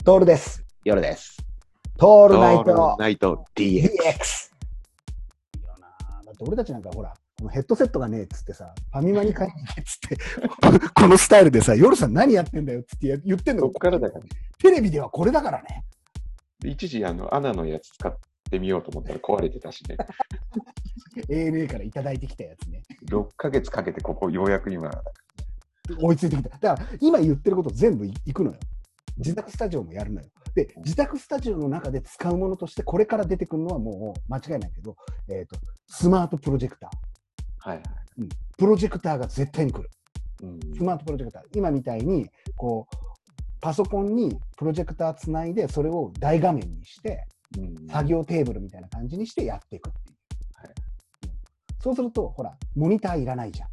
トールです。 夜です。 トールナイオールトナイト DX。 い DX。 いよな。だって俺たちなんかほら、このヘッドセットがねえっつってさ、ファミマに買いに行けっつってこのスタイルでさ、夜さん何やってんだよっつって言ってんのそっからだからね。 テレビではこれだからね。 一時アナのやつ使ってみようと思ったら壊れてたしね。 ANA からいただいてきたやつね。 6ヶ月かけてここようやく今。 追いついてきた。だから今言ってること全部いくのよ。自宅スタジオもやるのよ。で、自宅スタジオの中で使うものとしてこれから出てくるのはもう間違いないけど、スマートプロジェクター。 はいはい。 プロジェクターが絶対に来る。 うん、 スマートプロジェクター。今みたいにこうパソコンにプロジェクターつないでそれを大画面にして、作業テーブルみたいな感じにしてやっていくっていう。はい、そうするとほらモニターいらないじゃん。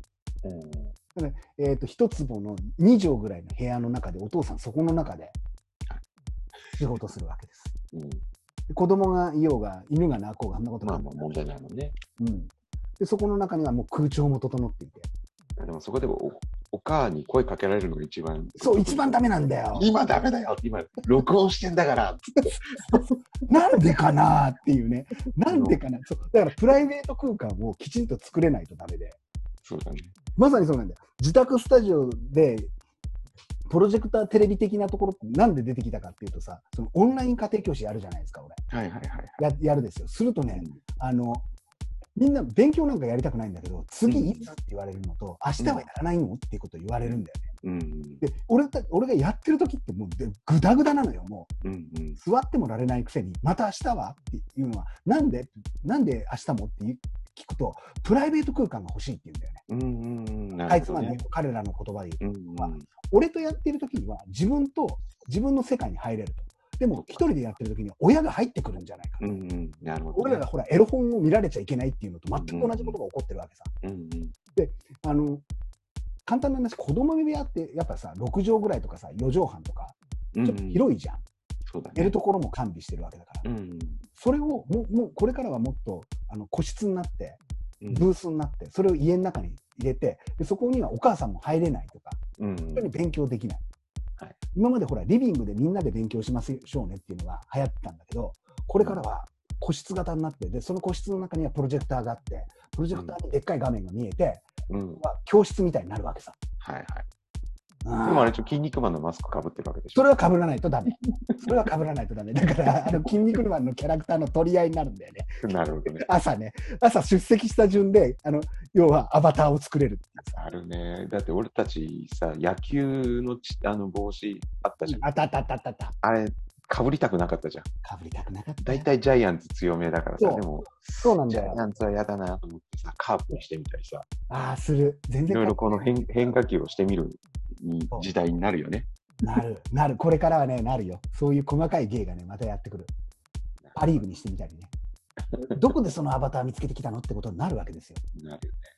一坪の2畳ぐらいの部屋の中でお父さんそこの中で仕事するわけです。子供がいようが犬が鳴こうがあんなことない。 まあ問題ないもんね。 でそこの中にはもう空調も整っていて。 でもそこでお母に声かけられるのが一番。 そう、一番ダメなんだよ。 今ダメだよ。今録音してんだから。 なんでかなっていうね。なんでかな。そうだからプライベート空間をきちんと作れないとダメで。 そうだね。まさにそうなんだよ。自宅スタジオでプロジェクターテレビ的なところってなんで出てきたかっていうとさ、そのオンライン家庭教師やるじゃないですか、俺。 はいはいはい。 やるですよ。するとね、みんな勉強なんかやりたくないんだけど、次いつって言われるのと、明日はやらないのっていうことを言われるんだよね。で、俺がやってる時ってもうグダグダなのよ、もう。座ってもられないくせに、また明日はっていうのは、なんで明日もって聞くと、プライベート空間が欲しいって言うんだよね。あいつはね、彼らの言葉で言うと、俺とやってる時には自分の世界に入れると。でも一人でやってる時には親が入ってくるんじゃないかと。 なるほどね、 俺らがほらエロ本を見られちゃいけないっていうのと全く同じことが起こってるわけさ。で、簡単な話、子供部屋ってやっぱさ、6畳ぐらいとかさ、4畳半とか、ちょっと広いじゃん。 そうだね、 寝るところも完備してるわけだから。それをもうこれからはもっと個室になって、ブースになって、それを家の中に入れて、でそこにはお母さんも入れないとか、本当に勉強できない。今までほらリビングでみんなで勉強しましょうねっていうのが流行ってたんだけど、これからは個室型になって、でその個室の中にはプロジェクターがあって、プロジェクターにでっかい画面が見えて、教室みたいになるわけさ。 でもあれ、筋肉マンのマスクかぶってるわけでしょ。 それはかぶらないとダメ。それはかぶらないとダメ。だから筋肉マンのキャラクターの取り合いになるんだよね。 なるほどね。 朝出席した順で要はアバターを作れるってあるね。だって俺たちさ、野球の帽子あったじゃん。 あった。 あれかぶりたくなかったじゃん。 かぶりたくなかった。 大体ジャイアンツ強めだからさ、でもそうなんだよ。 ジャイアンツは嫌だなと思ってさ、カープにしてみたりさ。 する。全然いろいろこの変化球をしてみる時代になるよね。 なる。これからはね、なるよ。そういう細かい芸がね、またやってくる。パリーグにしてみたりね。どこでそのアバター見つけてきたのってことになるわけですよ。 なるよね。